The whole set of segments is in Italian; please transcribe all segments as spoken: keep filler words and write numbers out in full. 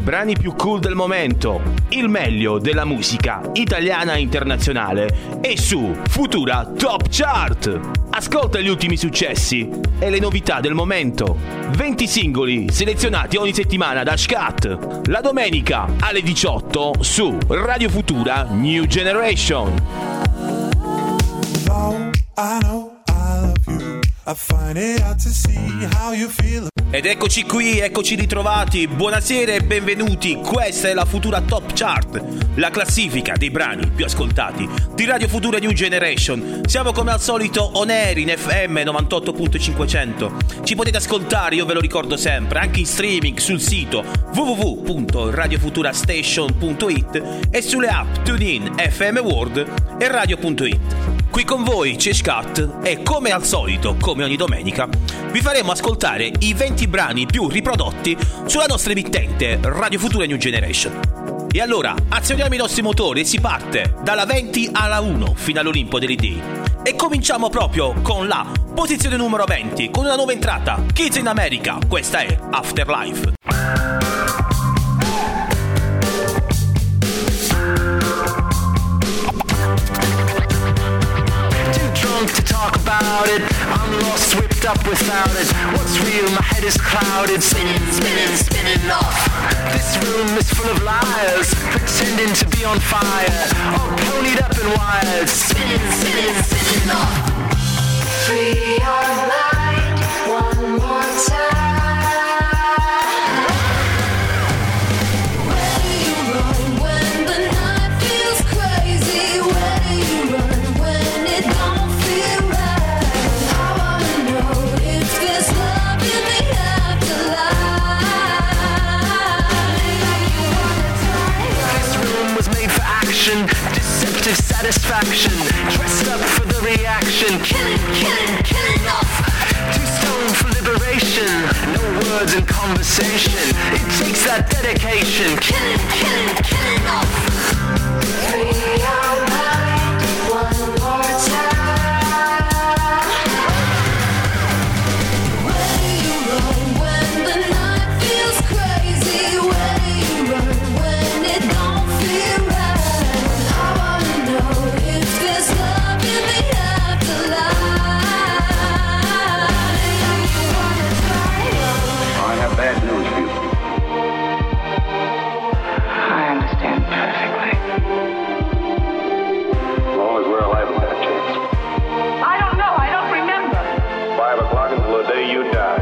brani più cool del momento, il meglio della musica italiana e internazionale è su Futura Top Chart. Ascolta gli ultimi successi e le novità del momento. venti singoli selezionati ogni settimana da Scat. La domenica alle diciotto su Radio Futura New Generation. I know I love you. I find it hard to see how you feel. Ed eccoci qui, eccoci ritrovati. Buonasera e benvenuti. Questa è la Futura Top Chart, la classifica dei brani più ascoltati di Radio Futura New Generation. Siamo come al solito on air in F M novantotto punto cinquecento. Ci potete ascoltare, io ve lo ricordo sempre, anche in streaming sul sito w w w punto radio futura station punto i t e sulle app TuneIn, F M World e Radio punto it. Qui con voi c'è Scat e come al solito, come ogni domenica, vi faremo ascoltare i venti brani più riprodotti sulla nostra emittente Radio Futura New Generation. E allora, azioniamo i nostri motori e si parte dalla venti alla uno fino all'Olimpo degli dei. E cominciamo proprio con la posizione numero venti, con una nuova entrata, Kids in America, questa è Afterlife. To talk about it, I'm lost, whipped up without it. What's real? My head is clouded, spinning, spinning, spinning off. This room is full of liars, pretending to be on fire, all ponied up and wired, spinning, spinning, spinning off. Free your mind one more time. Where do you run when the night feels crazy? Where do you run when it don't? Deceptive satisfaction, dressed up for the reaction, killing, killing, killing off. Too stoned for liberation, no words in conversation. It takes that dedication, killing, killing, killing off. Free your mind one more time. Where do you run when the night feels crazy? Where do you run when it don't feel right? Bad news for you. I understand perfectly. As long as we're alive, we've got a chance. I don't know. I don't remember. Five o'clock until the day you die.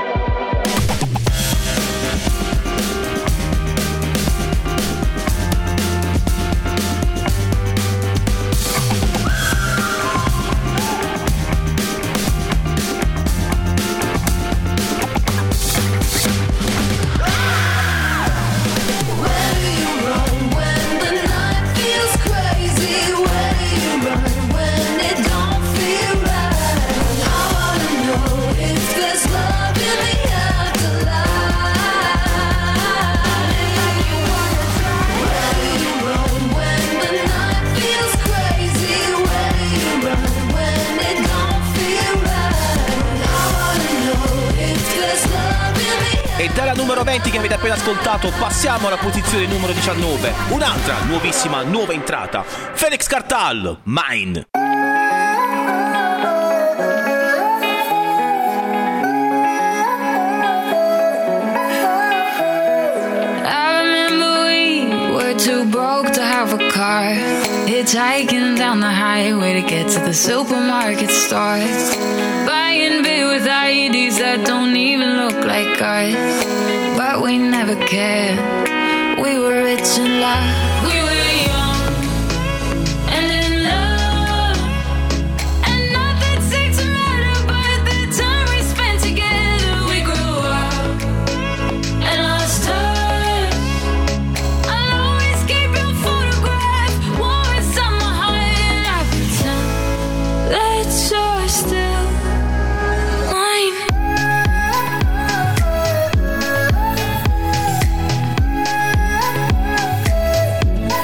E dalla numero venti che avete appena ascoltato passiamo alla posizione numero diciannove, un'altra nuovissima nuova entrata, Felix Cartal, Mine. Too broke to have a car, hitchhiking down the highway to get to the supermarket store, buying beer with I Ds that don't even look like ours, but we never cared. We were rich in love, we were young and in love, and nothing seemed to matter but the time we spent together. We grew up and lost touch. Still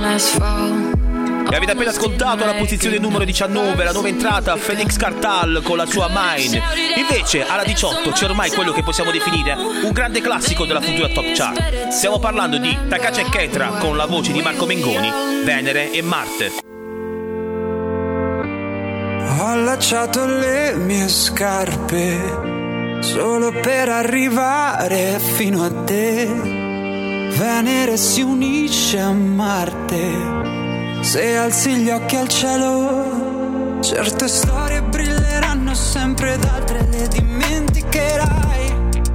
last fall. E avete appena ascoltato alla posizione numero diciannove la nuova entrata Felix Cartal con la sua Mine. Invece alla diciotto c'è ormai quello che possiamo definire un grande classico della futura Top Chart. Stiamo parlando di Takashi e Ketra con la voce di Marco Mengoni, Venere e Marte. Ho allacciato le mie scarpe solo per arrivare fino a te. Venere si unisce a Marte. Se alzi gli occhi al cielo, certe storie brilleranno sempre ed altre le dimenticherai.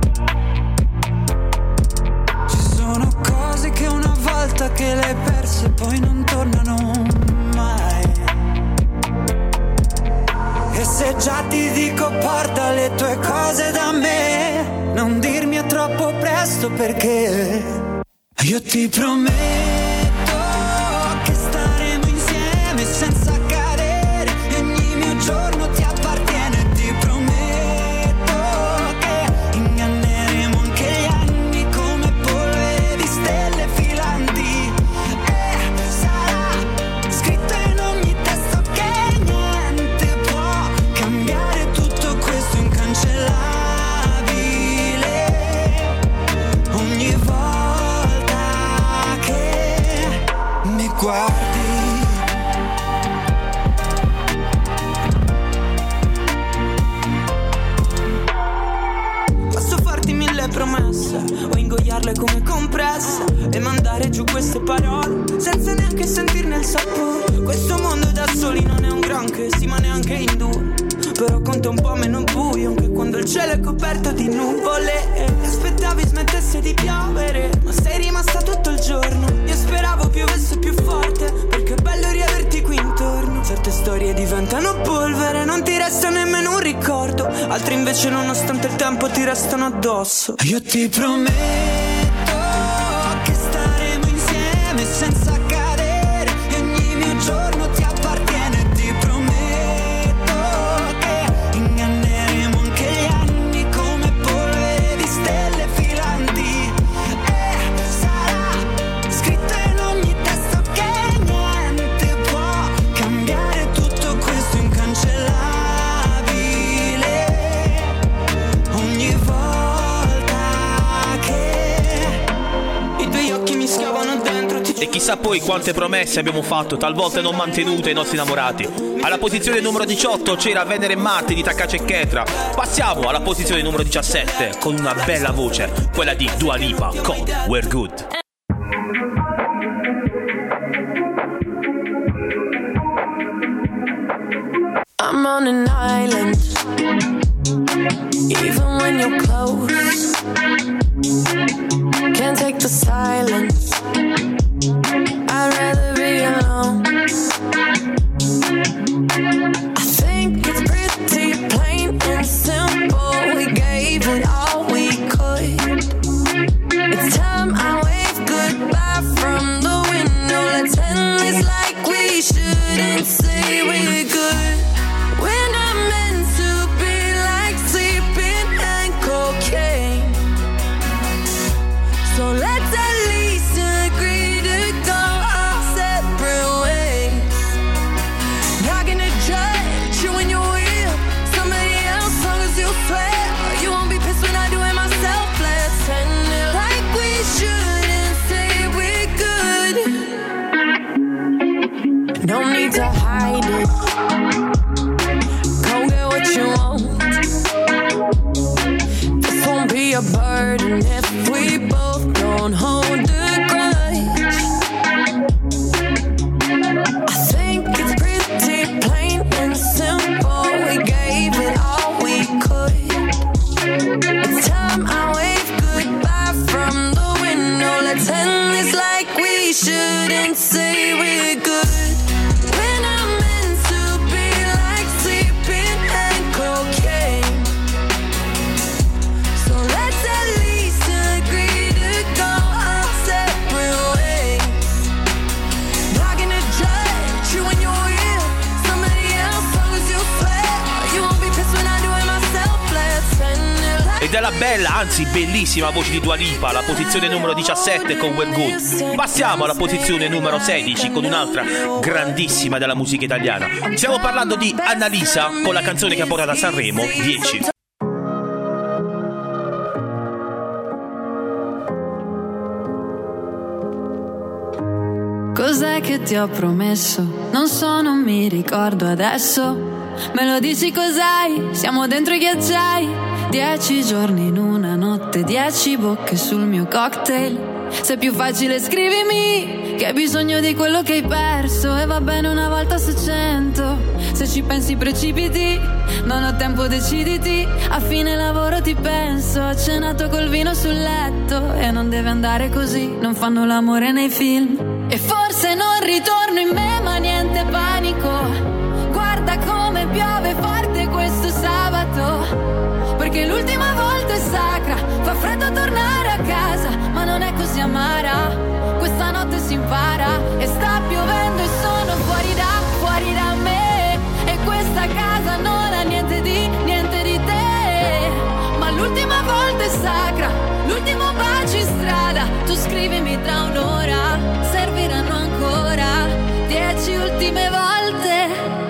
Ci sono cose che una volta che le hai perse poi non tornano mai. E se già ti dico porta le tue cose da me, non dirmi è troppo presto perché io ti prometto senza cadere, ogni mio giorno ti appartiene. Ti prometto che inganneremo anche gli anni come polvere di stelle filanti. E sarà scritto in ogni testo che niente può cambiare tutto questo incancellabile. Ogni volta che mi guardi promesse o ingoiarle come compresse e mandare giù queste parole senza neanche sentirne il sapore. Questo mondo da soli non è un granché, sì, ma neanche in due, però conta un po' meno buio anche quando il cielo è coperto di nuvole. E aspettavi smettesse di piovere, ma sei rimasta tutto il giorno. Io speravo piovesse più forte perché è bello riaverti qui intorno. Certe storie diventano polvere, non ti resta nemmeno un ricordo, altre invece nonostante il tempo ti restano addosso. Io ti prometto che staremo insieme senza cadere e ogni mio giorno ti appartiene. Ti prometto che inganneremo anche gli anni come polvere di stelle filanti. E sarà scritto in ogni testo che niente può cambiare tutto questo incancellabile. Ogni volta i tuoi occhi mi scavano dentro ti... E chissà poi quante promesse abbiamo fatto, talvolta non mantenute ai nostri innamorati. Alla posizione numero diciotto c'era Venere e Marte di Takashi e Ketra. Passiamo alla posizione numero diciassette con una bella voce, quella di Dua Lipa con We're Good. I'm on an island, even when you're close. Can't take the silence, I'd rather be alone. I think it's pretty plain and simple, we gave it all we could. It's time I wave goodbye from the window. Let's end this like we shouldn't say we're good. We're not meant to be like sleeping and cocaine, so let's at least agree to go our separate ways. Not gonna judge you when you're with somebody else, long as you swear you won't be pissed when I do it myself. Let's end it like we shouldn't say we're good. No need to hide it, go get what you want. This won't be a burden if we both don't hold a grudge. I think it's pretty plain and simple, we gave it all we could. It's time I wave goodbye from the window. Let's end this like we shouldn't say we're good. We're not meant to be like sleeping and cocaine, so let's at least agree to go our separate ways. Not gonna judge you when you're with somebody else, long as you swear you won't be pissed when I do it myself. Let's end it like. Ed è la bella bella, anzi bellissima voce di Dua Lipa, la posizione numero diciassette con We're Good. Passiamo alla posizione numero sedici con un'altra grandissima della musica italiana. Stiamo parlando di Annalisa con la canzone che ha portato a Sanremo, dieci. Cos'è che ti ho promesso? Non so, non mi ricordo adesso. Me lo dici cos'hai? Siamo dentro i ghiacciai. Dieci giorni in una notte, dieci bocche sul mio cocktail. Se è più facile scrivimi che hai bisogno di quello che hai perso. E va bene una volta su cento. Se ci pensi precipiti, non ho tempo, deciditi. A fine lavoro ti penso, ho cenato col vino sul letto. E non deve andare così, non fanno l'amore nei film. E forse non ritorno in me, ma niente panico. Guarda come piove forte questo sabato, perché l'ultima volta è sacra. Fa freddo tornare a casa, ma non è così amara. Questa notte si impara. E sta piovendo e sono fuori da, fuori da me. E questa casa non ha niente di, niente di te. Ma l'ultima volta è sacra, l'ultimo bacio in strada. Tu scrivimi tra un'ora, serviranno ancora dieci ultime volte.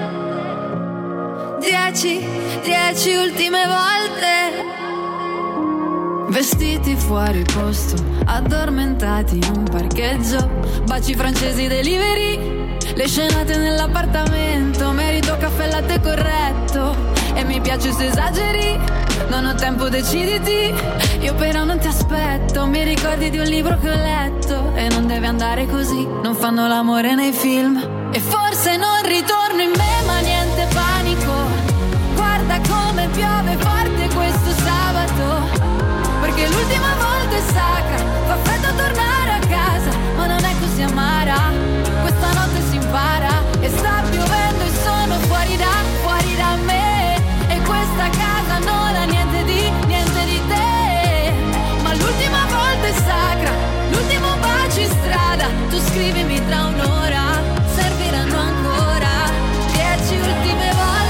Dieci, dieci ultime volte. Vestiti fuori posto, addormentati in un parcheggio. Baci francesi delivery, le scenate nell'appartamento. Merito caffè latte corretto, e mi piace se esageri. Non ho tempo, deciditi. Io però non ti aspetto. Mi ricordi di un libro che ho letto. E non deve andare così, non fanno l'amore nei film. E forse non ritorno in me, ma niente panico. Guarda come piove forte questo sabato, perché l'ultima volta è sacra. Fa freddo tornare a casa, ma non è così amara. Questa notte si impara. E sta piovendo e sono fuori da, fuori da me. E questa casa non ha niente di, niente di te. Ma l'ultima volta è sacra, l'ultimo bacio in strada. Tu scrivimi tra un'ora, serviranno ancora dieci ultime volte.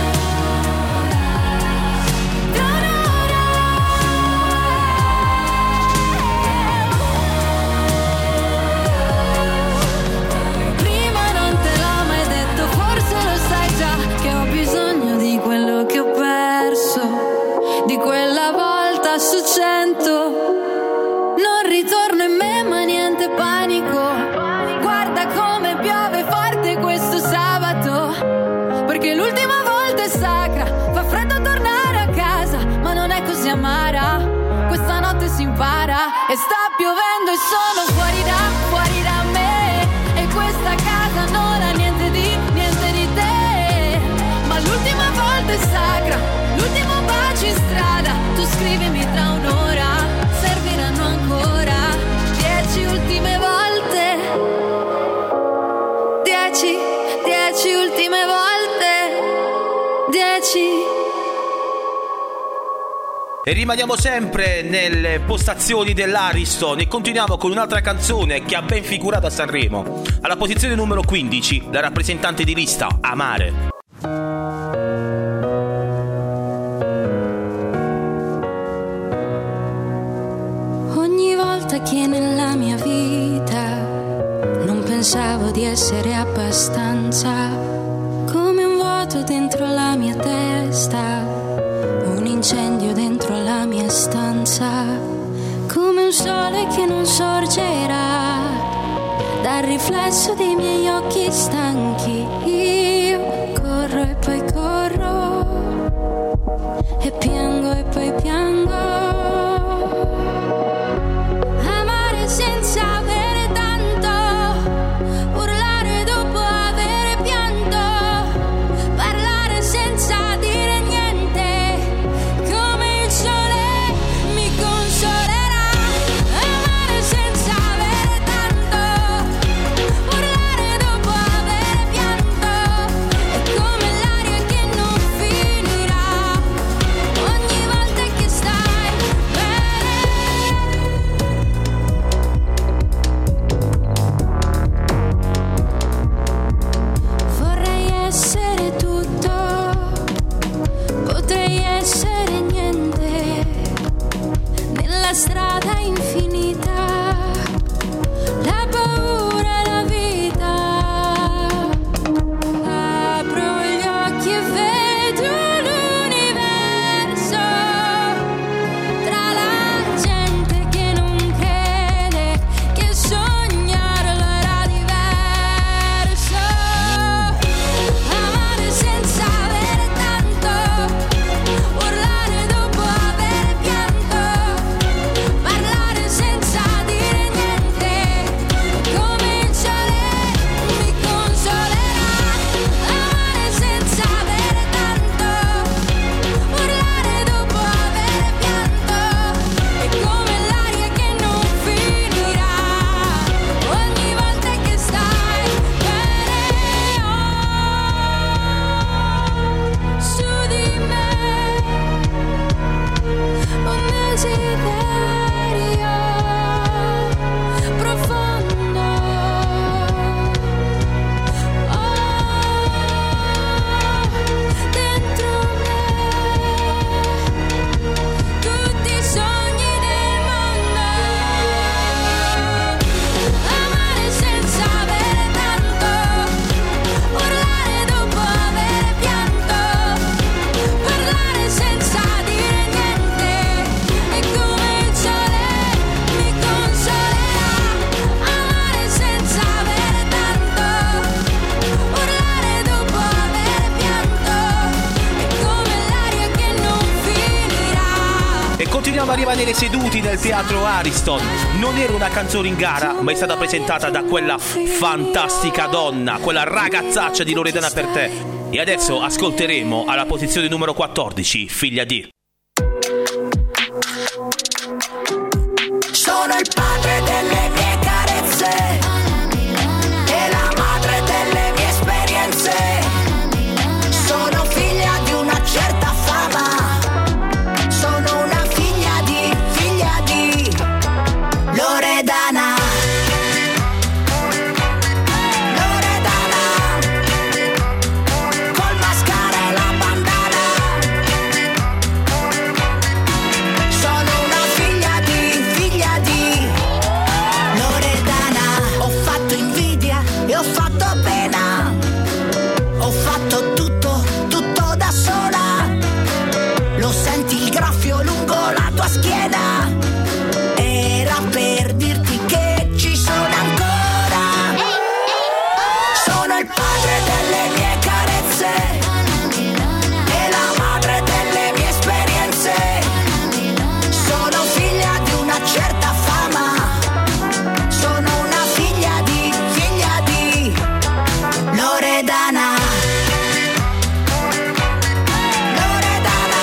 Tra un'ora. Prima non te l'ho mai detto, forse lo sai già, che ho bisogno di quello che ho perso, di quella volta su cento. Non ritorno in me, ma niente panico. Guarda come piove forte questo sabato, perché l'ultima volta è sacra. Fa freddo tornare a casa, ma non è così amara. Questa notte si impara. E sta piovendo e sono fuori da, fuori da me. E questa casa non ha niente di, niente di te. Ma l'ultima volta è sacra, l'ultimo bacio in strada. Tu scrivimi tra un'ora, serviranno ancora dieci ultime volte. Dieci, dieci ultime volte. Dieci. E rimaniamo sempre nelle postazioni dell'Ariston e continuiamo con un'altra canzone che ha ben figurato a Sanremo. Alla posizione numero quindici, la rappresentante di lista, Amare. Ogni volta che nella mia vita non pensavo di essere abbastanza, come un vuoto dentro la mia testa, un incendio dentro la mia stanza, come un sole che non sorgerà dal riflesso dei miei occhi stanchi. Io corro e poi corro e piango e poi piango. Amare senza avere tanto, urlare dopo avere pianto, parlare senza dire niente, come il sole mi consolerà. Amare senza avere tanto, urlare dopo avere pianto, è come l'aria che non finirà. Ogni volta che sta rimanere seduti nel teatro Ariston. Non era una canzone in gara, ma è stata presentata da quella fantastica donna, quella ragazzaccia di Loredana per te. E adesso ascolteremo alla posizione numero quattordici, Figlia di. Sono il padre delle mie carezze e la madre delle mie esperienze. Sono figlia di una certa fama. Sono una figlia di, figlia di Loredana. Loredana, col mascara e la bandana. Sono una figlia di, figlia di Loredana. Ho fatto invidia e ho fatto pena. Ho fatto tutto, tutto da sola. Lo senti il graffio lungo la tua schiena? Era per dirti che ci sono ancora. Sono il padre delle mie carezze e la madre delle mie esperienze. Sono figlia di una certa fama. Sono una figlia di, figlia di Loredana. Loredana,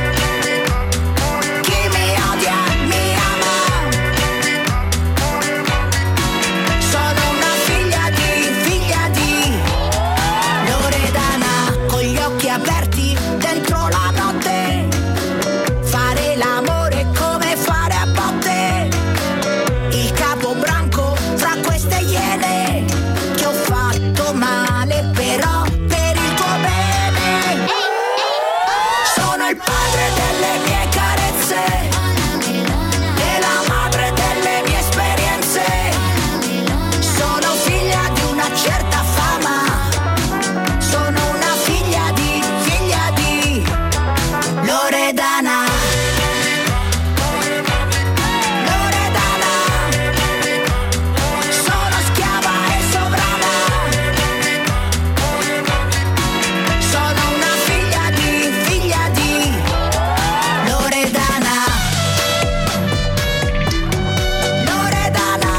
chi mi odia mi ama. Sono una figlia di, figlia di Loredana. Con gli occhi aperti dentro la notte. Fare l'amore come fare a botte. Il capo branco fra queste iene. Ti ho fatto male però per il tuo bene. Sono il padre delle mie carezze e la madre delle mie esperienze. Sono figlia di una certa fama. Sono una figlia di, figlia di Loredana. Loredana, sono schiava e sovrana. Sono una figlia di, figlia di Loredana. Loredana,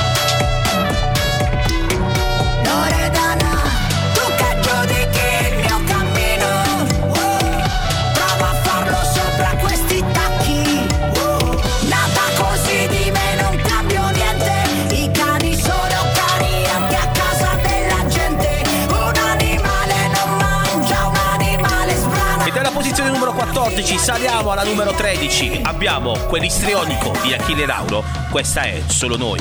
Loredana, tu che giudichi il mio cammino, uh, prova a farlo sopra questi tacchi, uh, nata così di me non cambio niente. I cani sono cani anche a casa della gente. Un animale non mangia, un animale sbrana. E dalla posizione numero quattordici saliamo alla numero tredici. Abbiamo quell'istrionico di Achille Lauro. Questa è Solo Noi.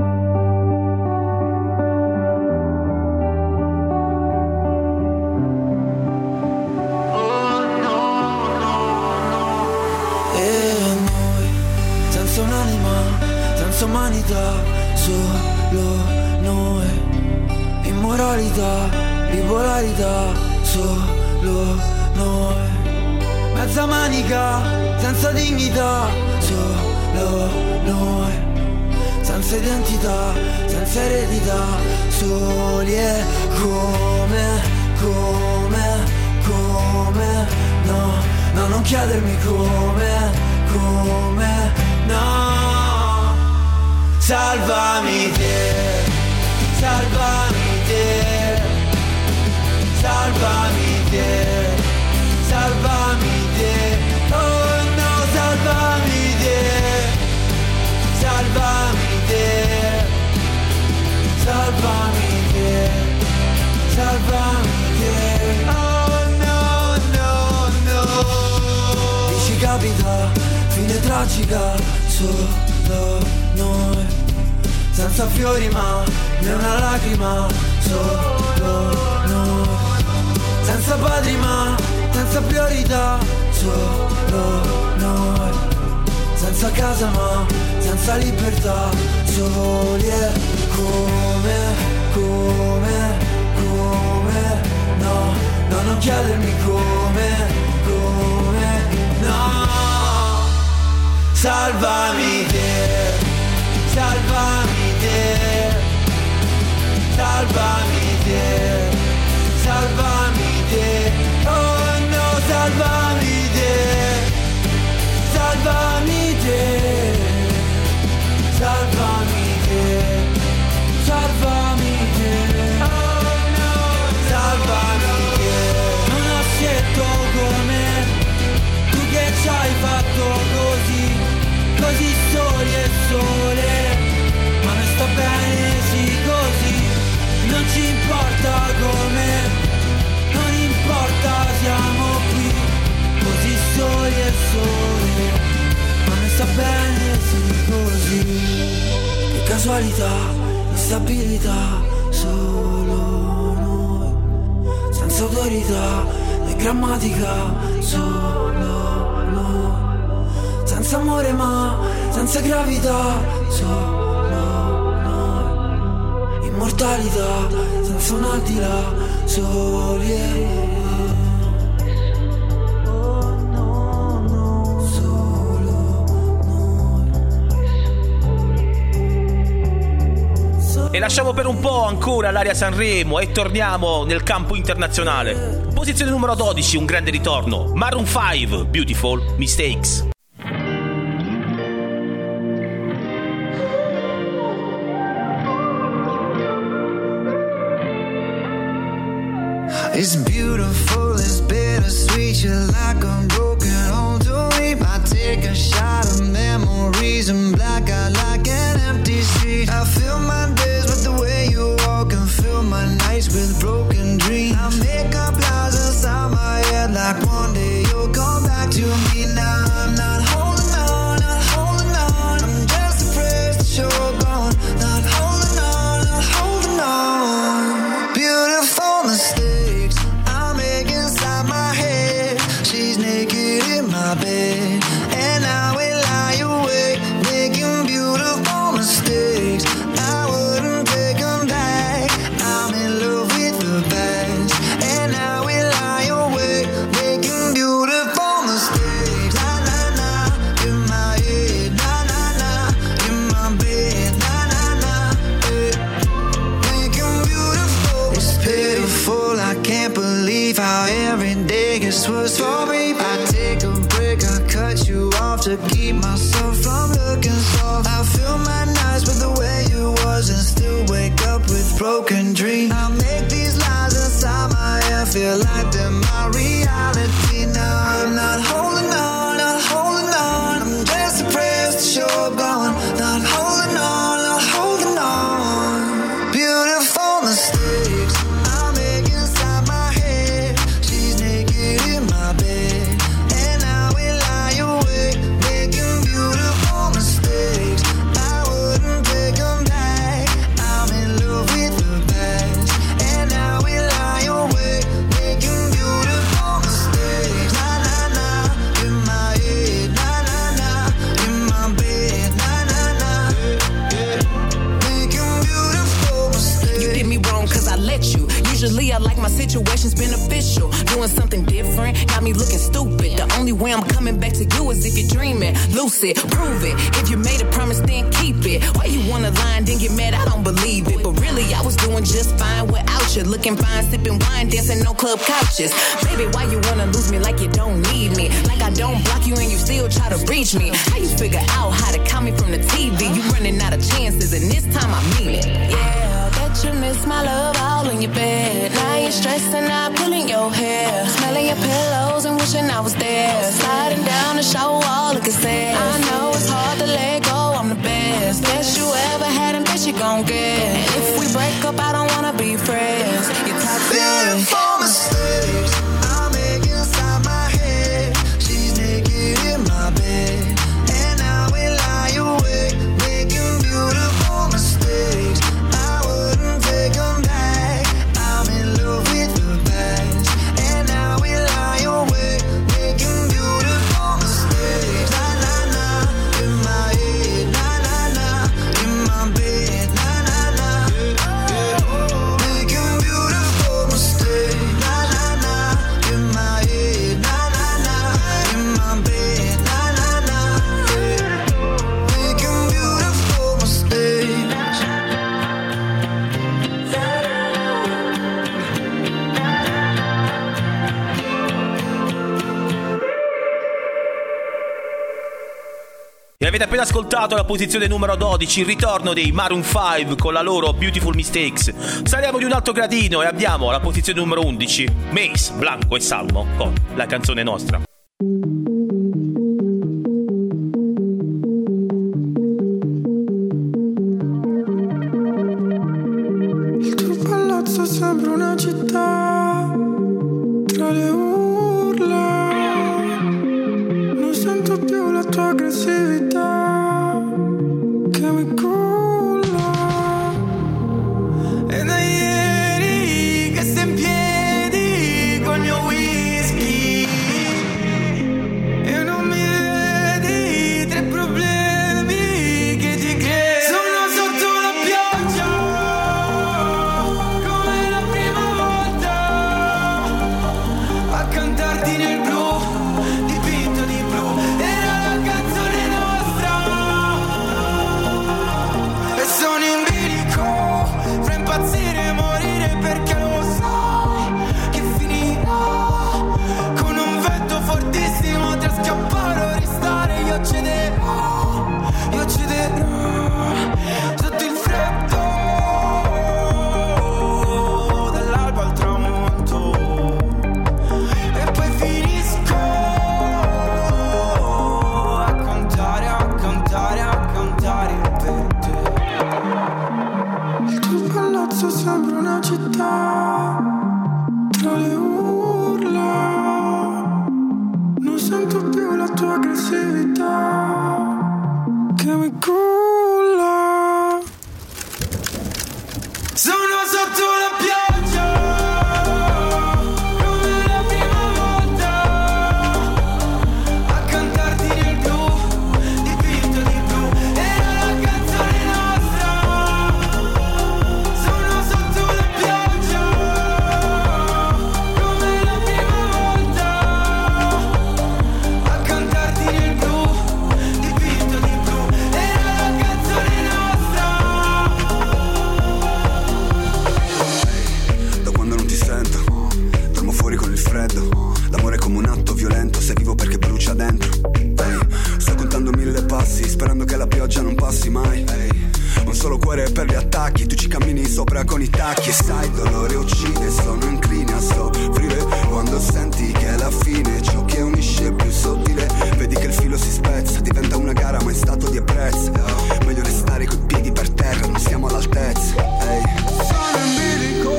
E noi, senza un'anima, senza umanità, solo noi. Immoralità, bipolarità, solo noi. Mezza manica, senza dignità, solo noi. Senza identità, senza eredità, soli e come, come, come, no, no, non chiedermi come, come, no. Salvami te, salvami te, salvami te, salvami te, oh no, salvami te, salvami te, salvami te, salvami te, oh no, no, no. Dici capita, fine tragica, solo noi, senza fiori ma né una lacrima, solo noi, senza padri ma senza priorità, solo noi, senza casa ma senza libertà, soli e come, come, come, no, no, non chiedermi come, come, no. Salvami te, salvami te, salvami te, salvami te, oh no, salvami te, salvami te. casualità, instabilità, solo noi, senza autorità né grammatica, solo noi, senza amore ma senza gravità, solo noi, immortalità senza un al di là, soli e E lasciamo per un po' ancora l'area Sanremo e torniamo nel campo internazionale. Posizione numero dodici, un grande ritorno. Maroon five, Beautiful Mistakes. It's beautiful, it's bittersweet. You're like a broken home to me. I take a shot of memories and black out like an empty street. I fill my days with the way you walk and fill my nights with broken dreams. I make up lies inside my head like one day you'll come back to me. Now I'm not holding on, not holding on. I'm just afraid that you're gone. Not holding on, not holding on. Beautiful mistakes I make inside my head. She's naked in my bed, and I will lie awake, making beautiful mistakes. I wouldn't take them back. I'm in love with the past, and I will lie awake, making beautiful mistakes. Na na na, in my head. Na na na, in my bed. Na na na, eh. Making beautiful. It's pitiful. I can't believe how every day gets worse for me. I take a break, I cut you off to keep myself from looking soft. I fill my nights with the way you was and still wake up with broken dreams. I make these lies inside my head feel like they're my reality. Now I'm not holding on, not holding on. I'm just depressed that you're gone. Not holding on, not holding on. Beautiful mistakes I make inside my head. She's naked in my bed, and I will lie awake, making beautiful mistakes. I wouldn't take them back. I'm in love with the past, and I will lie awake, making beautiful mistakes. Na na na, in my head. Na na na, in my bed. Na na na, yeah. Making beautiful mistakes. You did me wrong cause I let you. Usually I like my situations beneficial. Doing something different got me looking stupid. The only way I'm coming back to you is if you're dreaming. Lucid, prove it. If you made a promise, then keep it. Why you wanna lie and then get mad? I don't believe it. But really, I was doing just fine without you. Looking fine, sipping wine, dancing on club couches. Baby, why you wanna lose me like you don't need me? Like I don't block you and you still try to reach me. How you figure out how to count me from the T V? You running out of chances and this time I mean it. Yeah, bet you miss my love all in your bed. Now you're stressing out, pulling your hair, smelling your pillows and wishing I was there. Sliding down the shower wall, looking sad. I know it's hard to let go, I'm the best. Best you ever had and best you gon' get. And if we break up, I don't wanna be friends. You're toxic. Beautiful mistakes I make inside my head. She's naked in my bed, and I will lie awake, making beautiful mistakes. I wouldn't take them back. I'm in love with the past, and I will lie awake, making beautiful mistakes. Na na na, in my head. Na na na, in my bed. Na na na, yeah. Making beautiful mistakes. Na na na, in my head. Na na na, in my bed. Na na na, yeah. Making beautiful mistakes. E avete appena ascoltato la posizione numero dodici, il ritorno dei Maroon five con la loro Beautiful Mistakes. Saliamo di un altro gradino e abbiamo la posizione numero undici, Mace, Blanco e Salmo con La canzone nostra. Il tuo palazzo sembra una città tra le urla. Non sento più la tua aggressività che mi culla. città, tra le urla, non sento più la tua aggressività che mi culla. Sono sotto la pioggia come la prima volta, a cantarti nel blu, dipinto di blu, era la canzone nostra. Sono sotto la pioggia come la prima volta, a cantarti nel blu, dipinto di blu, era la canzone nostra. Da quando non ti sento, dormo fuori con il freddo. L'amore è come un atto violento, se vivo perché brucia dentro. Ehi, sto contando mille passi, sperando che la pioggia non passi mai. Ehi, un solo cuore per gli attacchi, tu ci cammini sopra con i tacchi. E sai, il dolore uccide, sono incline a soffrire quando senti che è la fine. Ciò che unisce è più sottile, vedi che il filo si spezza, diventa una gara ma è stato di apprezzo. Meglio restare coi piedi per terra, non siamo all'altezza. Ehi, sono in bilico,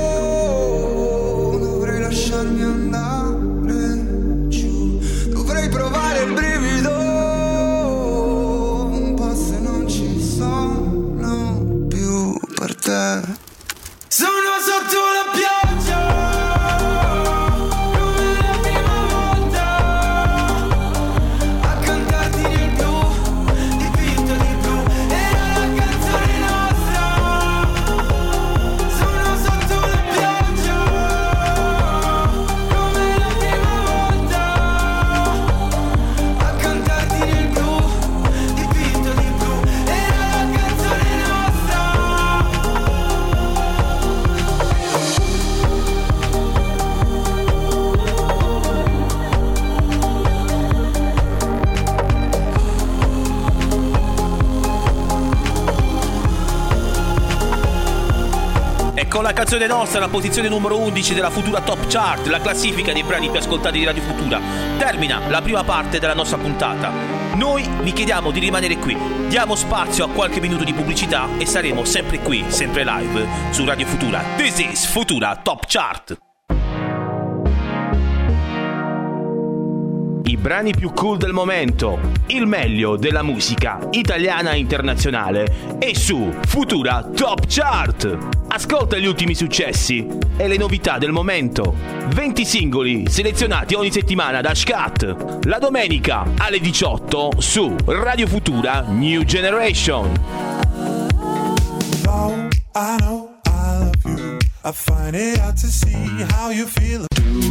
dovrei lasciarmi andare giù, dovrei provare il brivido, un po' se non ci sono più per te. Sono sotto la pioggia come la prima volta, a cantarti nel blu, dipinto di blu, era la canzone nostra. Sono sotto la pioggia come la prima volta, a cantarti nel blu, dipinto di blu, era la canzone nostra. E con la canzone nostra, la posizione numero undici della Futura Top Chart, la classifica dei brani più ascoltati di Radio Futura, termina la prima parte della nostra puntata. Noi vi chiediamo di rimanere qui, diamo spazio a qualche minuto di pubblicità e saremo sempre qui, sempre live su Radio Futura. This is Futura Top Chart. I brani più cool del momento, il meglio della musica italiana e internazionale è su Futura Top Chart. Ascolta gli ultimi successi e le novità del momento. venti singoli selezionati ogni settimana da Scat. La domenica alle diciotto su Radio Futura New Generation. Though I know I love you, I find it hard to see how you feel.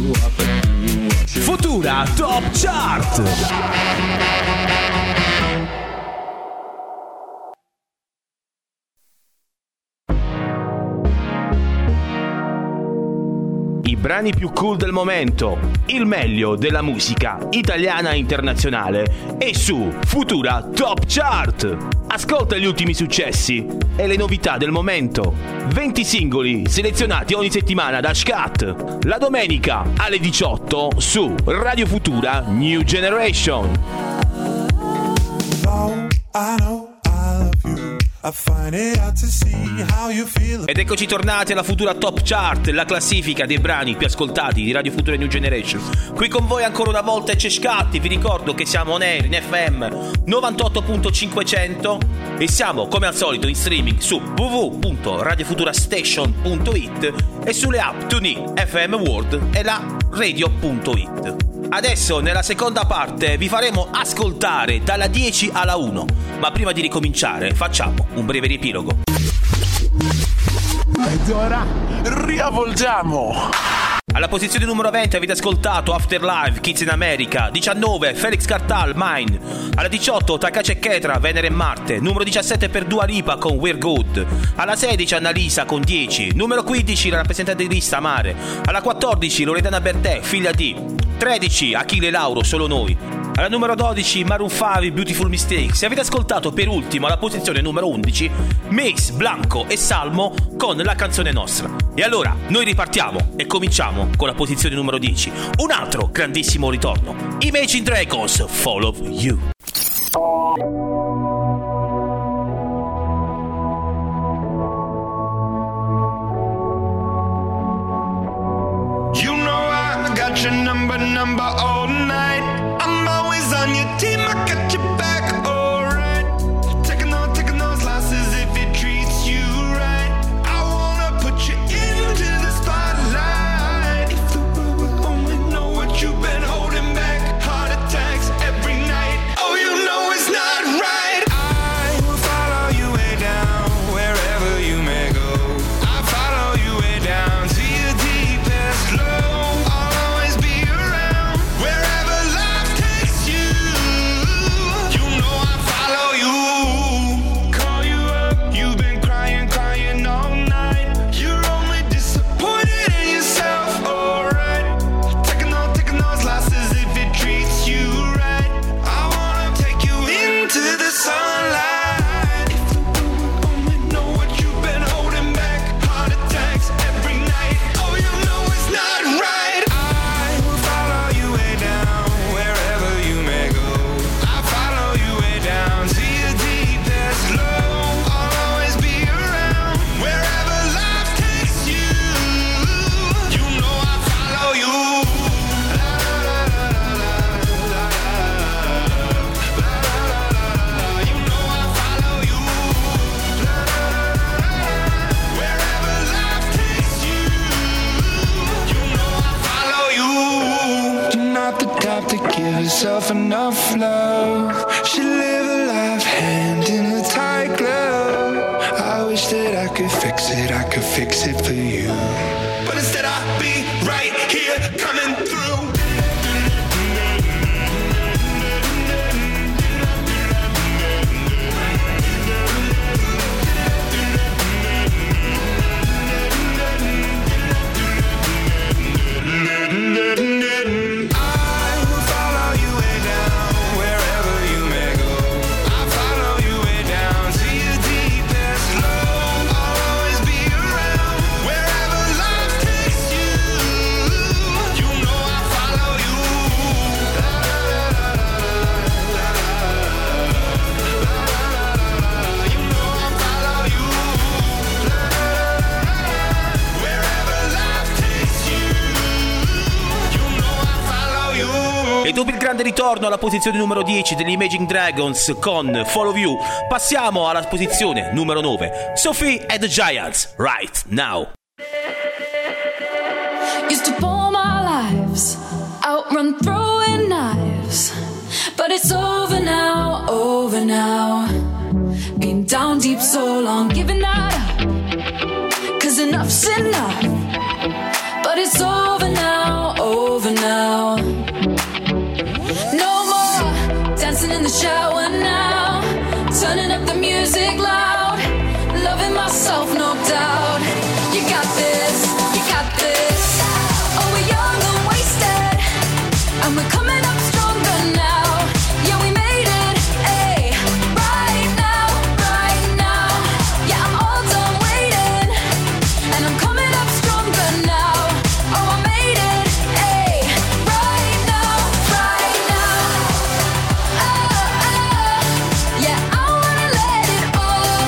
Futura Top Chart. I brani più cool del momento, il meglio della musica italiana e internazionale è su Futura Top Chart. Ascolta gli ultimi successi e le novità del momento. venti singoli selezionati ogni settimana da Scat. La domenica alle diciotto su Radio Futura New Generation. Though I know I love you, I find it hard to see how you feel. Ed eccoci tornati alla Futura Top Chart, la classifica dei brani più ascoltati di Radio Futura New Generation. Qui con voi ancora una volta c'è Scatti, vi ricordo che siamo on air in F M novantotto punto cinquecento e siamo come al solito in streaming su w w w punto radiofuturastation punto it e sulle app TuneIn, F M World e la radio punto it. Adesso nella seconda parte vi faremo ascoltare dalla dieci alla uno, ma prima di ricominciare facciamo un breve riepilogo. Ed ora riavvolgiamo. Alla posizione numero venti avete ascoltato Afterlife, Kids in America. Diciannove Felix Cartal, Mine. Alla diciotto Takashi e Ketra, Venere e Marte. Numero diciassette per Dua Lipa con We're Good. Alla sedici Annalisa con dieci. Numero quindici la rappresentante di lista Mare. Alla quattordici Loredana Bertè, Figlia di. tredici Achille Lauro, Solo Noi. Alla numero dodici Maroon cinque, Beautiful Mistakes. E avete ascoltato per ultimo alla posizione numero undici Mace, Blanco e Salmo con La canzone nostra. E allora noi ripartiamo e cominciamo con la posizione numero dieci, un altro grandissimo ritorno, Imagine Dragons, Fall of You. number, number all night. I'm always on your team, I got your back, alright. Taking on, taking those losses if it treats you right. I wanna put you into the spotlight. If the world would only know what you've been holding back. Heart attacks every night. Oh, you know it's not right. I will follow you way down, wherever you may go. I follow you way down to your deepest low. I'll always be around, wherever life takes you. You know I follow you. Call you up, you've been crying, crying all night. You're only disappointed in yourself, alright. Taking on, taking those losses if it treats you right. I wanna take you into the sunlight. If the world would only know what you've been holding back. Heart attacks every night. Oh, you know it's not right. I will follow you way down, wherever you may go. I follow you way down to your deepest low. I'll always be around, wherever life takes you. You know I follow you. You know I follow you. Wherever life takes you. You know I follow you. You're not the type to give yourself enough love. Should live a life hand in a tight glove. I wish that I could fix it, I could fix it for you. But instead I'll be right here coming through. I will follow you way down, wherever you may go. I follow you way down to your deepest low. I'll always be around, wherever life takes you. You know I follow you. You know I follow you. Wherever life takes you. You know I follow you. E dopo il grande ritorno alla posizione numero dieci degli Imagine Dragons con Follow You, passiamo alla posizione numero nove, Sophie and the Giants, Right Now. Used to pour my lives outrun throwing knives, but it's over now, over now. Been down deep so long, giving that up, cause enough's enough. But it's over now, over now. No more dancing in the shower now, turning up the music loud, loving myself, no doubt. You got this, you got this. Oh, we're young and wasted, and we're coming up stronger now. Yeah, we made it, ayy. Right now, right now. Yeah, I'm all done waiting, and I'm coming up stronger now. Oh, I made it, ayy. Right now, right now. Oh, oh. Yeah, I wanna let it all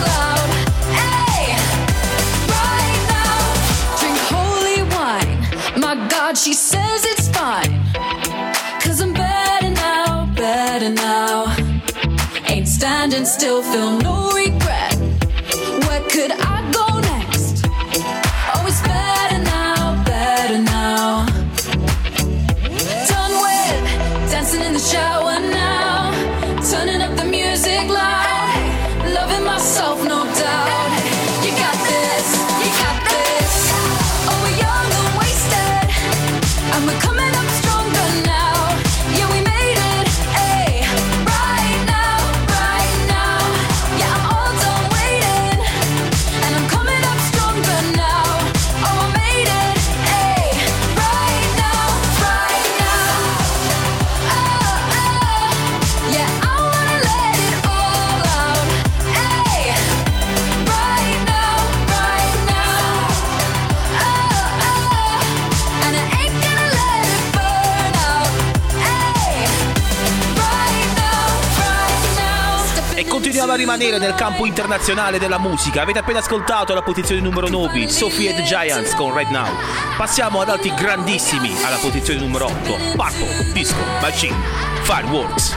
rimanere nel campo internazionale della musica. Avete appena ascoltato la posizione numero nove, Sophie and the Giants con Right Now. Passiamo ad altri grandissimi alla posizione numero otto, Purple Disco Machine, Fireworks.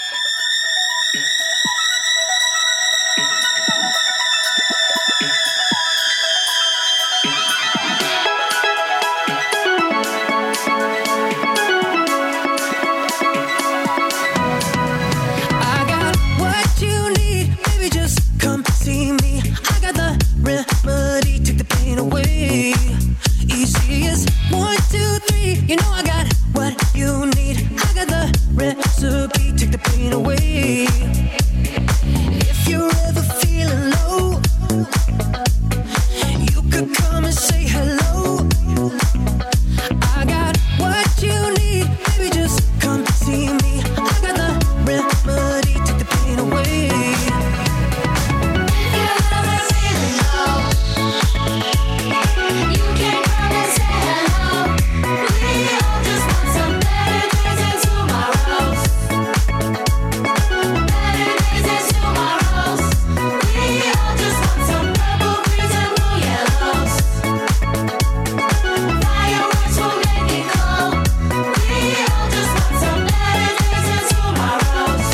You know I got what you need. I got the recipe, take the pain away. If you're ever feeling low, you could come and say hello. I got what you need, baby, just come see me. I got the remedy, take the pain away. If you're ever feeling low, you can come and say hello. We all just want some better days and tomorrows. Better days and tomorrows. We all just want some purple, greens and blue yellows. Fireworks will make it glow. We all just want some better days and tomorrows.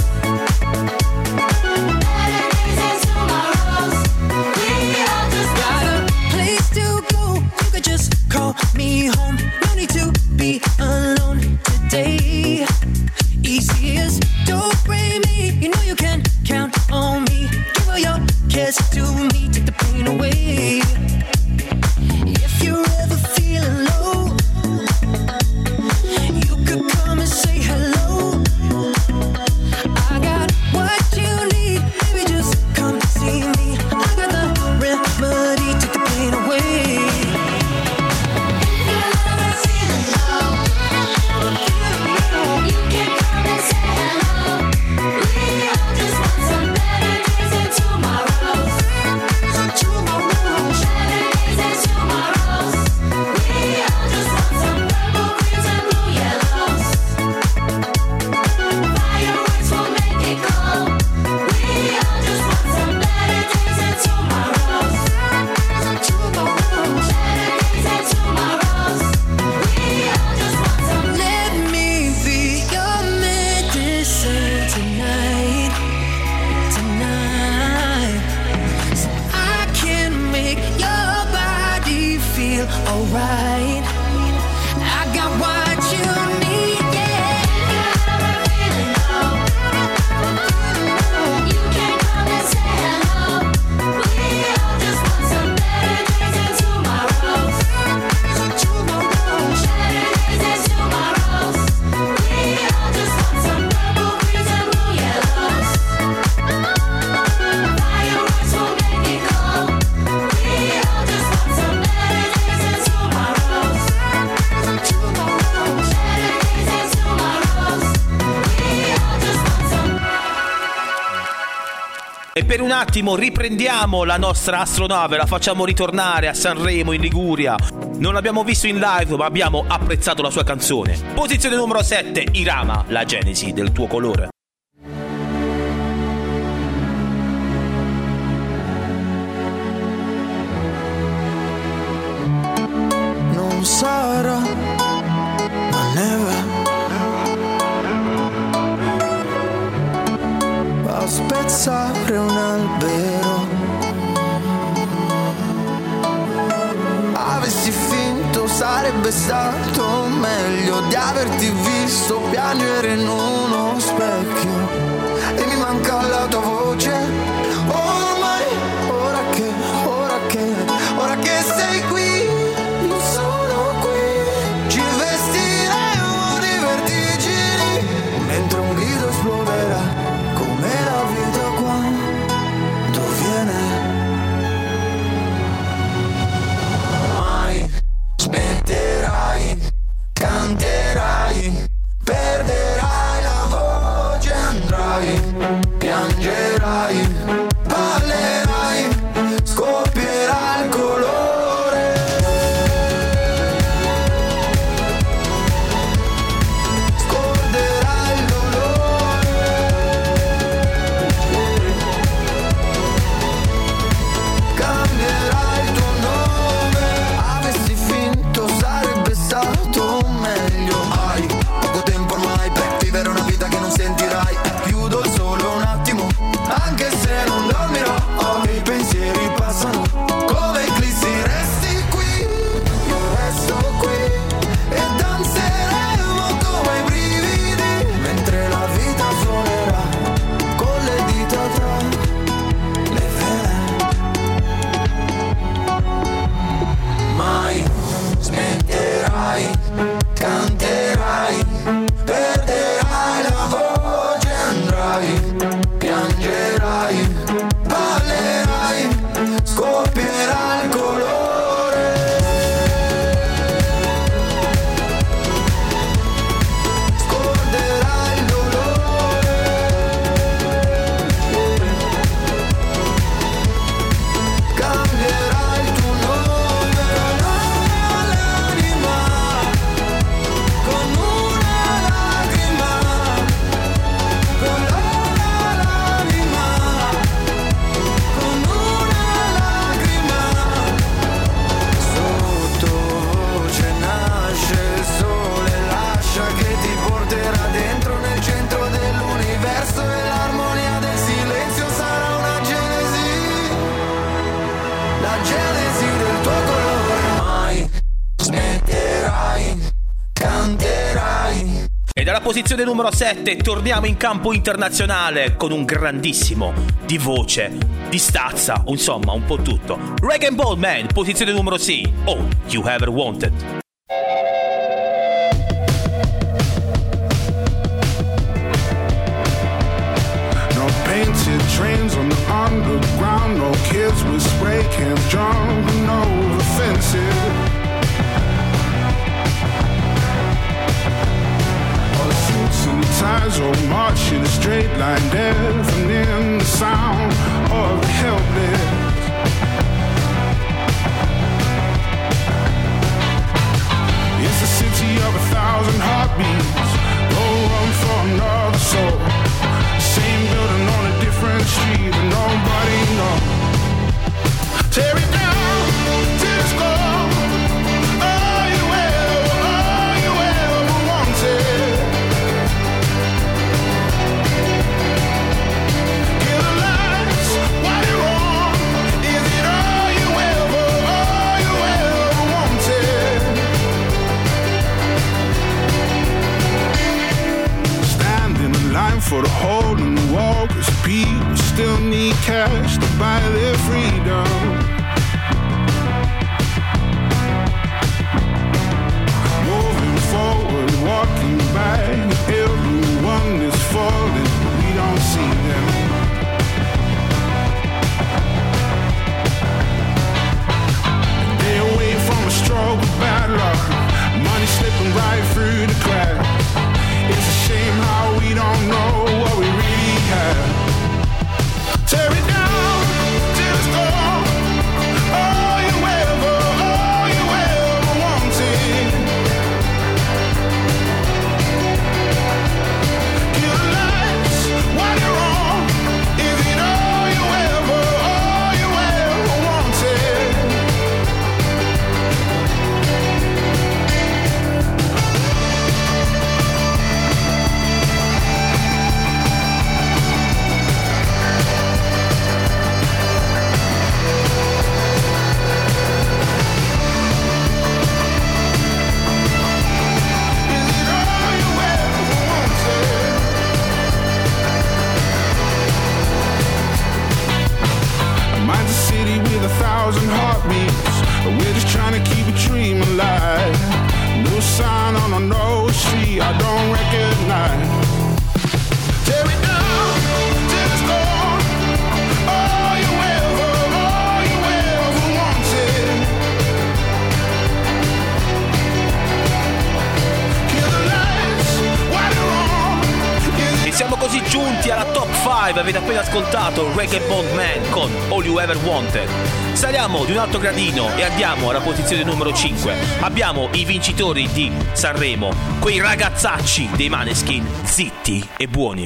Better days and tomorrows. We all just got a place to go. You could just call me home. No need to be alone today. Easy as don't blame me. You know you can count on me. Give all your cares to me. Take the pain away. If you're ever feeling low, you could come and say hello. I got what you need. Baby, just come see me. I got the remedy. Take the pain away. If you're ever feeling low, you can come and say hello. We all just want some better days and tomorrows. Better days and tomorrows. We all just want some purple, greens and blue yellows. Fireworks will make it glow. We all just want some better days and tomorrows. Better days and tomorrows. We all just want some. Let me be your medicine tonight, tonight, so I can make your body feel alright. I got what you need, yeah. If you're ever feeling low, you can come and say hello. We all just want some better days and tomorrows. Better days and tomorrows. We all just want some purple, greens and blue yellows. Fireworks will make it glow. We all just want some better days and tomorrows. Better days and tomorrows. We all just want some. E per un attimo riprendiamo la nostra astronave, la facciamo ritornare a Sanremo in Liguria. Non l'abbiamo visto in live, ma abbiamo apprezzato la sua canzone. Posizione numero sette, Irama, la genesi del tuo colore. Non sarà la neve a spezzare un albero. Avessi finto sarebbe stato meglio di averti visto piangere in uno specchio. E mi manca la tua voce. Ormai, ora che, ora che, ora che sei qui. Io sono qui, ci vestiremo di vertigini, mentre un grido esploderà come la vita quando viene. Mai smetterai, canterai, perderai la voce, andrai, piangerai. Alla posizione numero sette torniamo in campo internazionale con un grandissimo di voce, di stazza, insomma un po' tutto. Rag and Bone Man, posizione numero sei, All You Ever Wanted. No painted trains on the underground, no kids with spray cans jumping over fences. And ties all march in a straight line, deafening the sound of the helpless. It's a city of a thousand heartbeats, no room for another soul. Same building on a different street, but nobody knows. Tear it down till it's gone. All you ever, all you ever wanted. For the hole in the wall, cause people still need cash to buy their freedom. Moving forward, walking back, everyone is falling, we don't see them. They away from a stroke of bad luck, money slipping right through the cracks. It's a shame how we don't know what we really have. Tear it down till it's gone. All you ever, all you ever wanted. Kill the lights while you're on. Is it all you ever, all you ever wanted? A thousand heartbeats, but we're just trying to keep a dream alive. No sign on a no street I don't recognize. Tear it down till it's gone. All you ever, all you ever wanted. Kill the lights while you're on. E siamo così giunti alla top cinque. Avete appena ascoltato Rag and Bone Man con All You Ever Wanted. Saliamo di un altro gradino e andiamo alla posizione numero cinque. Abbiamo i vincitori di Sanremo, quei ragazzacci dei Maneskin, zitti e buoni.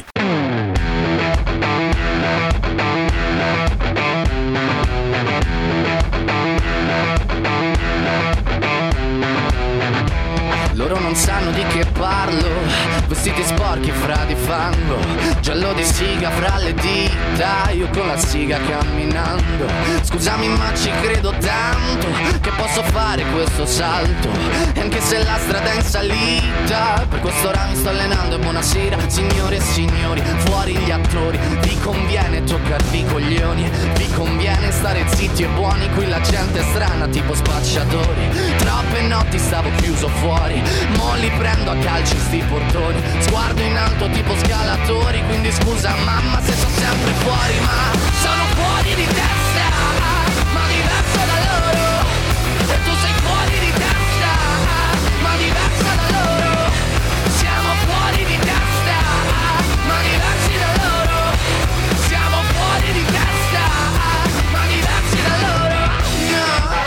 Loro non sanno di che parlo, vestiti sporchi fra di fango, giallo di siga fra le dita, io con la siga camminando. Scusami ma ci credo tanto che posso fare questo salto, e anche se la strada è in salita, per quest'ora mi sto allenando. E buonasera signore e signori, fuori gli attori, vi conviene toccarvi i coglioni, vi conviene stare zitti e buoni, qui la gente è strana tipo spacciatori. Troppe notti stavo chiuso fuori, mo li prendo a calci sti portoni, sguardo in alto tipo scalatori, quindi scusa mamma se sto sempre fuori, ma sono fuori di testa, ma diverso da loro, e tu sei fuori di testa, ma diversa da loro, siamo fuori di testa, ma diversi da loro, siamo fuori di testa, ma diversi da loro, no.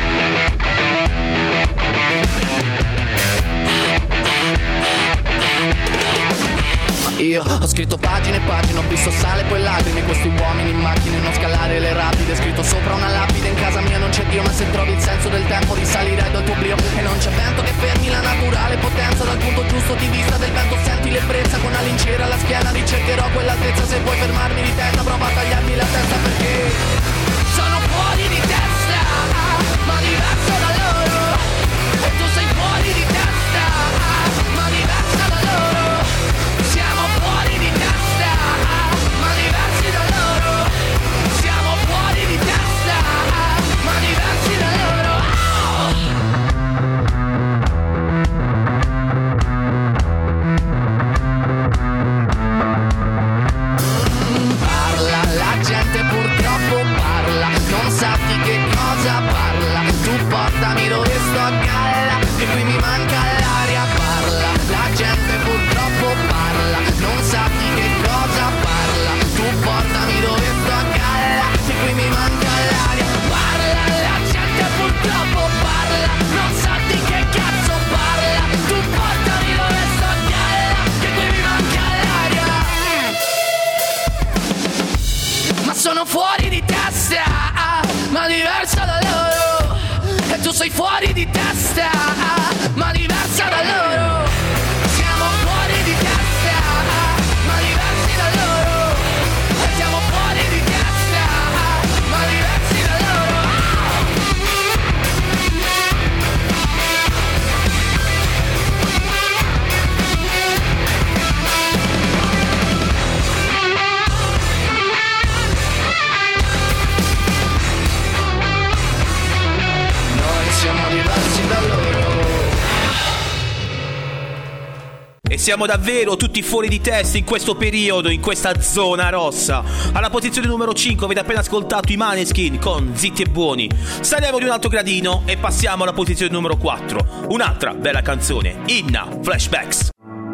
Io ho scritto pagine e pagine, ho visto sale e poi lacrime, questi uomini in macchine, non scalare le rapide. Scritto sopra una lapide, in casa mia non c'è Dio, ma se trovi il senso del tempo risalirai dal tuo oblio. E non c'è vento che fermi la naturale potenza, dal punto giusto di vista del vento senti l'ebbrezza. Con una lincera alla schiena ricercherò quell'altezza, se vuoi fermarmi di testa prova a tagliarmi la testa, perché sono fuori di testa, ma diverso da loro, e tu sei fuori di testa, ma diversa da loro. di che cosa parla. Tu portami dove sto a galla, che qui mi manca l'aria. Parla, la gente purtroppo parla, non sa di che cosa parla. Tu portami dove sto a galla, che qui mi manca l'aria. Parla, la gente purtroppo parla, non sa di che cazzo parla. Tu portami dove sto a galla, che qui mi manca l'aria. Ma sono fuori di testa, ma diversa da loro. E tu sei fuori di testa, ma diversa da loro. Siamo fuori di testa, ma diversi da loro. E siamo fuori di testa, ma diversi da loro. Siamo diversi da loro. E siamo davvero tutti fuori di testa in questo periodo, in questa zona rossa. Alla posizione numero cinque avete appena ascoltato i Maneskin con Zitti e Buoni. Saliamo di un altro gradino e passiamo alla posizione numero quattro. Un'altra bella canzone, Inna, Flashbacks.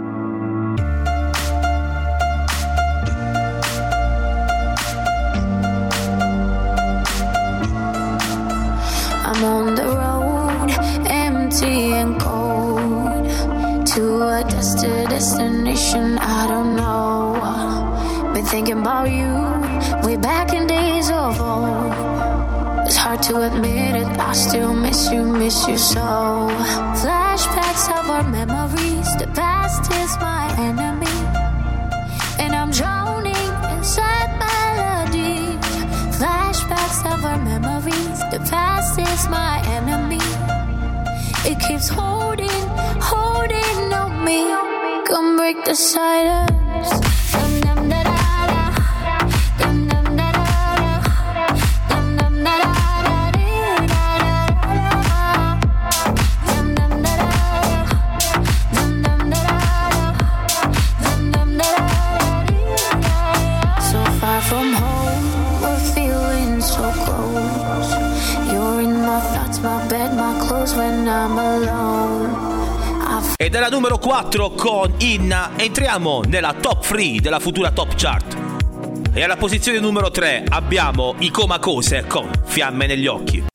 I'm on the road, empty and cold, to a destined destination I don't know. Been thinking about you, way back in days of old. It's hard to admit it, I still miss you, miss you so. Flashbacks of our memories, the past is my enemy, and I'm drowning inside melody. Flashbacks of our memories, the past is my enemy. It keeps holding, holding on me. Come break the silence. Dum dum da da da. Dum dum da da da. Dum dum da da da dee da da da. Dum dum da da da. Dum dum da da da. Dum dum da da da. So far from home, we're feeling so close. You're in my thoughts, my bed, my clothes when I'm alone. E dalla numero quattro con Inna entriamo nella top tre della futura top chart. E alla posizione numero tre abbiamo i Comacose con Fiamme negli occhi.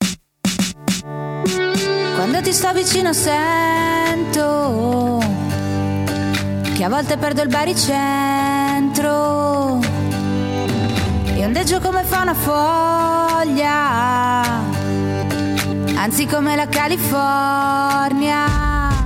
Quando ti sto vicino sento che a volte perdo il baricentro e ondeggio come fa una foglia, anzi come la California.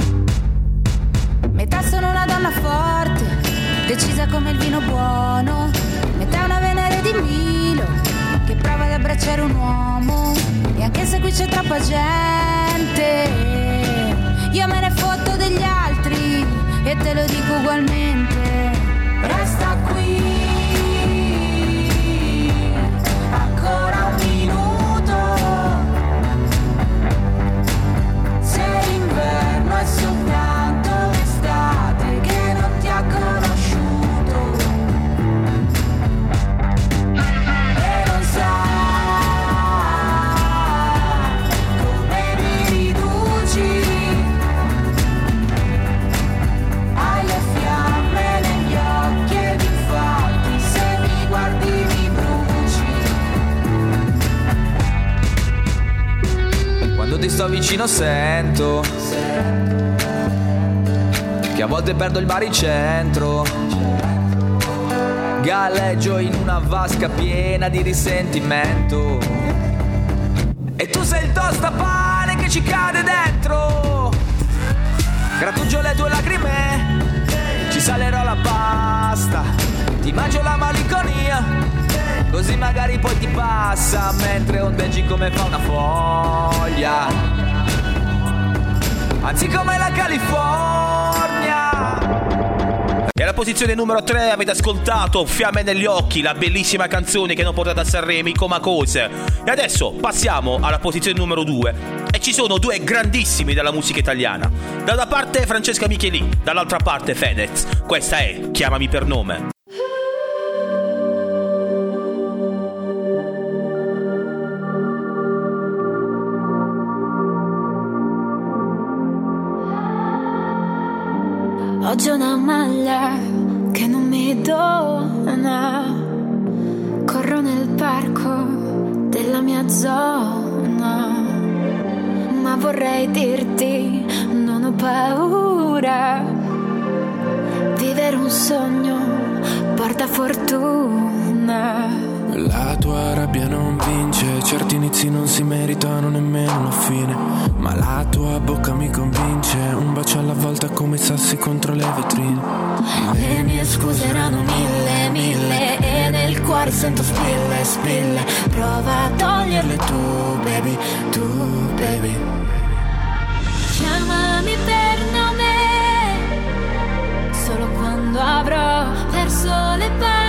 Metà sono una donna forte, decisa come il vino buono. Metà una Venere di Milo che prova ad abbracciare un uomo. E anche se qui c'è troppa gente, io me ne fotto degli altri e te lo dico ugualmente. Resta qui ancora un minuto. Se l'inverno è soltanto l'estate che non ti ha conosciuto e non sai come mi riduci. Hai le fiamme negli occhi ed infatti se mi guardi mi bruci. Quando ti sto vicino sento che a volte perdo il baricentro, galleggio in una vasca piena di risentimento e tu sei il tostapane che ci cade dentro. Grattugio le tue lacrime, ci salerò la pasta, ti mangio la malinconia, così magari poi ti passa mentre ondeggi come fa una foglia, anzi come la California. E alla posizione numero tre avete ascoltato Fiamme negli occhi, la bellissima canzone che hanno portato a Sanremo i Comacose. E adesso passiamo alla posizione numero due. E ci sono due grandissimi della musica italiana. Da una parte Francesca Michelin, dall'altra parte Fedez. Questa è Chiamami per nome. Oggi ho una maglia che non mi dona. Corro nel parco della mia zona, ma vorrei dirti non ho paura. Vivere un sogno porta fortuna. La tua rabbia non vince, certi inizi non si meritano nemmeno la fine, ma la tua bocca mi convince, un bacio alla volta come i sassi contro le vetrine. Le mie scuse erano mille, mille, e nel cuore sento spille, spille. Prova a toglierle tu, baby, tu, baby. Chiamami per nome, solo quando avrò perso le parole.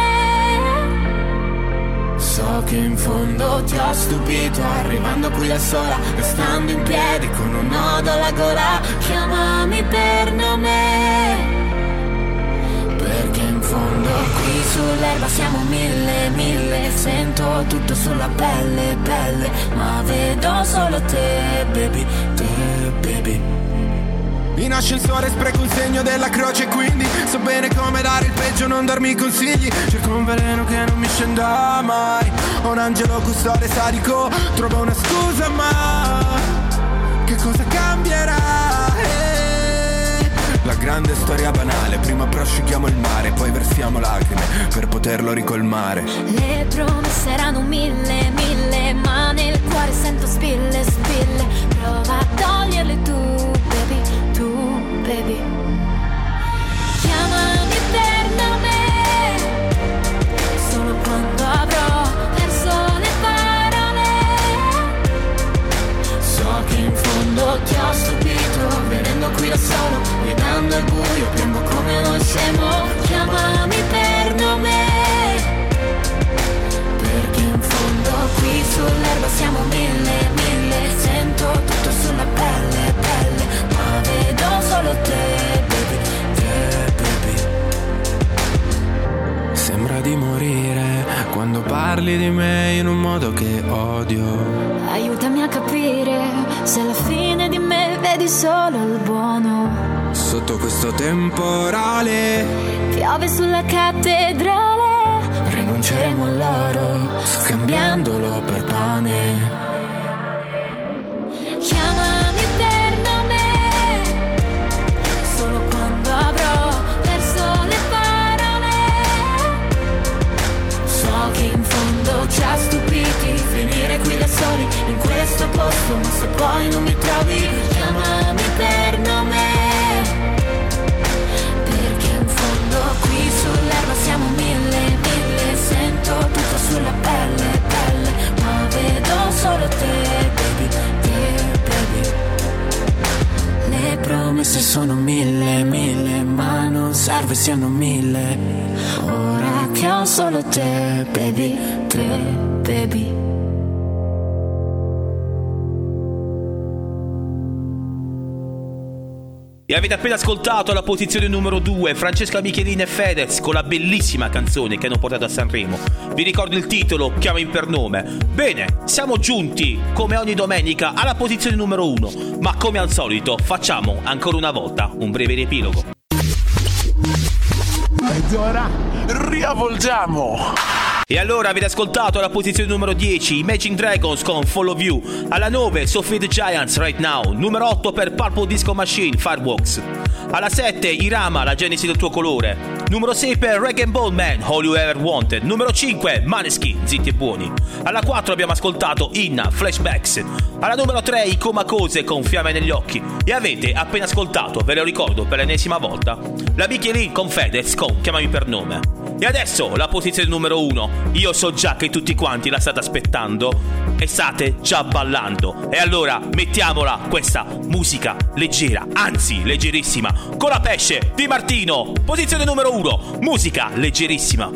So che in fondo ti ho stupito, arrivando qui da sola, restando in piedi con un nodo alla gola. Chiamami per nome, perché in fondo qui sull'erba siamo mille, mille. Sento tutto sulla pelle, pelle, ma vedo solo te, baby, te, baby. In ascensore spreco un segno della croce, quindi so bene come dare il peggio, non darmi consigli. Cerco un veleno che non mi scenda mai, ho un angelo custode sadico, trovo una scusa, ma che cosa cambierà? Eh, la grande storia banale, prima prosciughiamo il mare, poi versiamo lacrime per poterlo ricolmare. Le promesse erano mille, mille, ma nel cuore sento spille, spille. Prova a toglierle tu, baby, tu, baby. Chiamami per nome, solo quando avrò perso le parole. So che in fondo ti ho stupito, venendo qui da solo, guidando il buio, piango come uno scemo. Chiamami per nome, perché in fondo qui sull'erba siamo mille, mille. Sento tutto sulla pelle, pelle, ma vedo solo te, baby, te, baby. Sembra di morire quando parli di me in un modo che odio. Aiutami a capire se alla fine di me vedi solo il buono. Sotto questo temporale piove sulla cattedrale, rinunceremo all'oro scambiandolo per pane. Chiamami per nome, solo quando avrò perso le parole. So che in fondo ci ha stupiti finire qui da soli in questo posto, ma se poi non mi trovi, chiamami per nome, perché in fondo qui sull'erba siamo mille, mille. Sento tutto sulla pelle, pelle, ma vedo solo te, baby, te, baby. Le promesse sono mille, mille, ma non serve siano mille. Ora che ho solo te, baby, te, baby. E avete appena ascoltato alla posizione numero due Francesca Michelin e Fedez con la bellissima canzone che hanno portato a Sanremo. Vi ricordo il titolo, Chiamami per nome. Bene, siamo giunti come ogni domenica alla posizione numero uno, ma come al solito facciamo ancora una volta un breve riepilogo. Ed ora riavvolgiamo. E allora avete ascoltato alla posizione numero dieci Imagine Dragons con Follow You, alla nove Sophie the Giants Right Now, numero otto per Purple Disco Machine Fireworks, alla sette Irama La Genesi del tuo colore, numero sei per Rag and Bone Man All You Ever Wanted, numero cinque Maneskin Zitti e Buoni, alla quattro abbiamo ascoltato Inna Flashbacks, alla numero tre I Comacose con Fiamme negli occhi, e avete appena ascoltato, ve lo ricordo per l'ennesima volta, la Michelin con Fedez con Chiamami per nome. E adesso la posizione numero uno. Io so già che tutti quanti la state aspettando e state già ballando. E allora mettiamola questa musica leggera, anzi leggerissima, con la pesce di Martino. Posizione numero uno, musica leggerissima.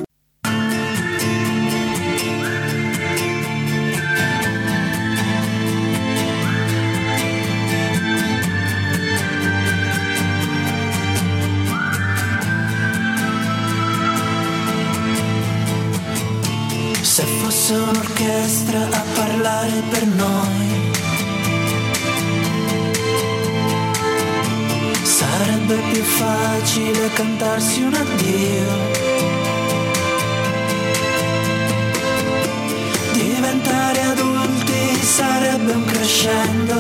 Se fosse un'orchestra a parlare per noi, sarebbe sarebbe più facile cantarsi un addio. Diventare adulti sarebbe un crescendo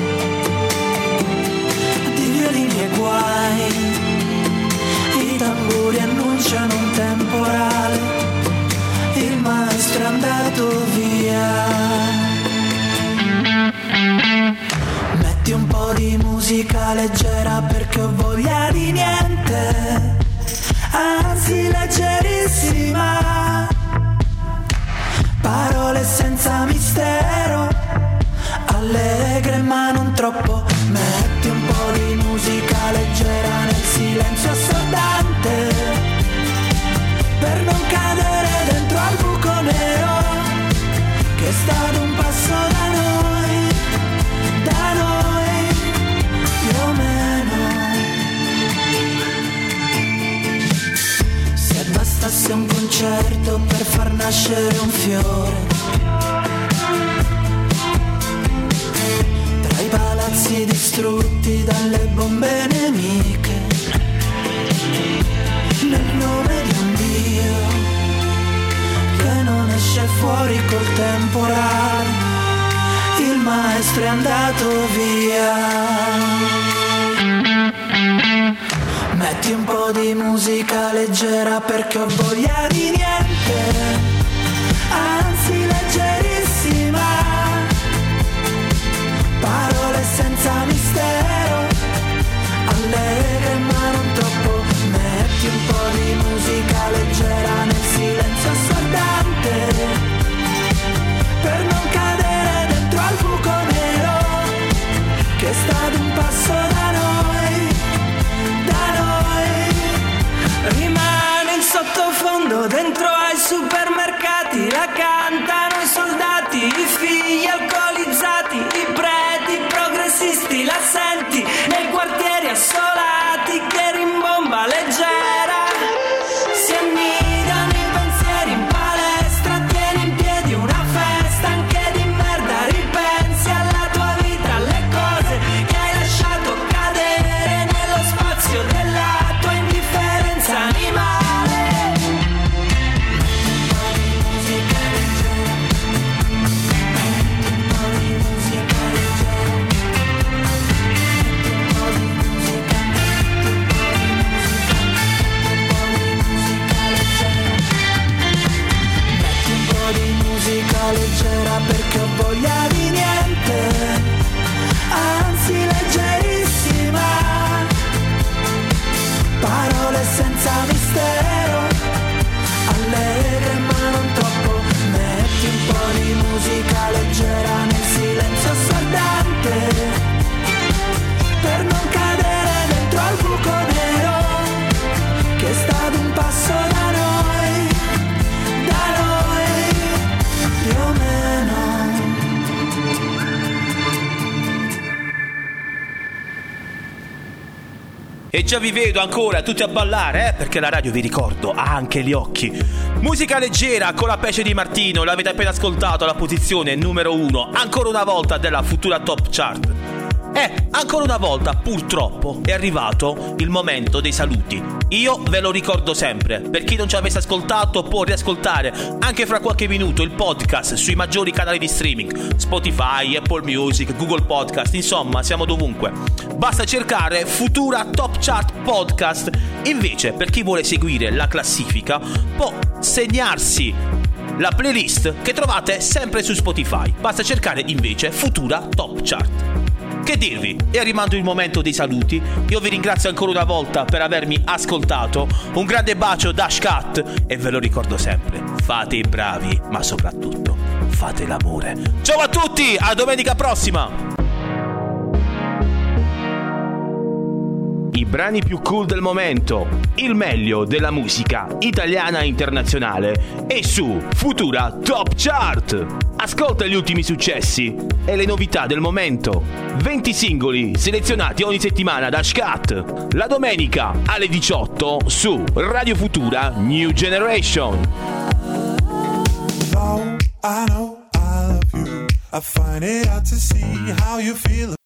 di violini e guai. I tamburi annunciano un temporale, il maestro è andato via. Metti un po' di musica leggera perché ho voglia di niente, anzi leggerissima. Parole senza mistero, allegre ma non troppo. Metti un po' di musica leggera nel silenzio assordante, per non cadere dentro al buco nero che è stato un passo da noi, da noi, più o meno. Se bastasse un concerto per far nascere un fiore, tra i palazzi distrutti dalle bombe nemiche, nel nome di un Dio che non esce fuori col temporale, il maestro è andato via. Metti un po' di musica leggera perché ho voglia di niente, anzi leggerissima. Parole senza mistero, allegre ma non troppo. Metti un po' di musica leggera nel silenzio assordante, per non cadere dentro al buco nero che è stato un passo da noi, da noi. Rimane in sottofondo dentro ai supermercati, la cantano i soldati, i figli alcolizzati, i preti progressisti, la senti nei quartieri assolati che rimbomba leggera. Si annidano i pensieri in palestra, tieni in piedi una festa anche di merda, ripensi alla tua vita, alle cose che hai lasciato cadere nello spazio della tua indifferenza animale. Musica leggera perché ho voglia di niente, anzi leggerissima. Parole senza mistero, allegre ma non troppo. Metti un po' di musica leggera nel silenzio assordante, per non cadere dentro al buco nero che è stato un passo da noi, da noi, più o meno. E già vi vedo ancora tutti a ballare, eh? Perché la radio, vi ricordo, ha anche gli occhi. Musica leggera con la Pece di Martino, l'avete appena ascoltato alla posizione numero uno, ancora una volta della Futura Top Chart. Eh, ancora una volta, purtroppo, è arrivato il momento dei saluti. Io ve lo ricordo sempre, per chi non ci avesse ascoltato può riascoltare anche fra qualche minuto il podcast sui maggiori canali di streaming, Spotify, Apple Music, Google Podcast, insomma siamo dovunque. Basta cercare Futura Top Chart Podcast. Invece, per chi vuole seguire la classifica, può segnarsi la playlist che trovate sempre su Spotify. Basta cercare invece Futura Top Chart. Che dirvi? È arrivato il momento dei saluti. Io vi ringrazio ancora una volta per avermi ascoltato. Un grande bacio da Shkat e ve lo ricordo sempre: fate i bravi, ma soprattutto fate l'amore. Ciao a tutti, a domenica prossima. I brani più cool del momento, il meglio della musica italiana e internazionale è su Futura Top Chart. Ascolta gli ultimi successi e le novità del momento. venti singoli selezionati ogni settimana da Shkat. La domenica alle diciotto su Radio Futura New Generation. I know I love you. I find it hard to see how you feel.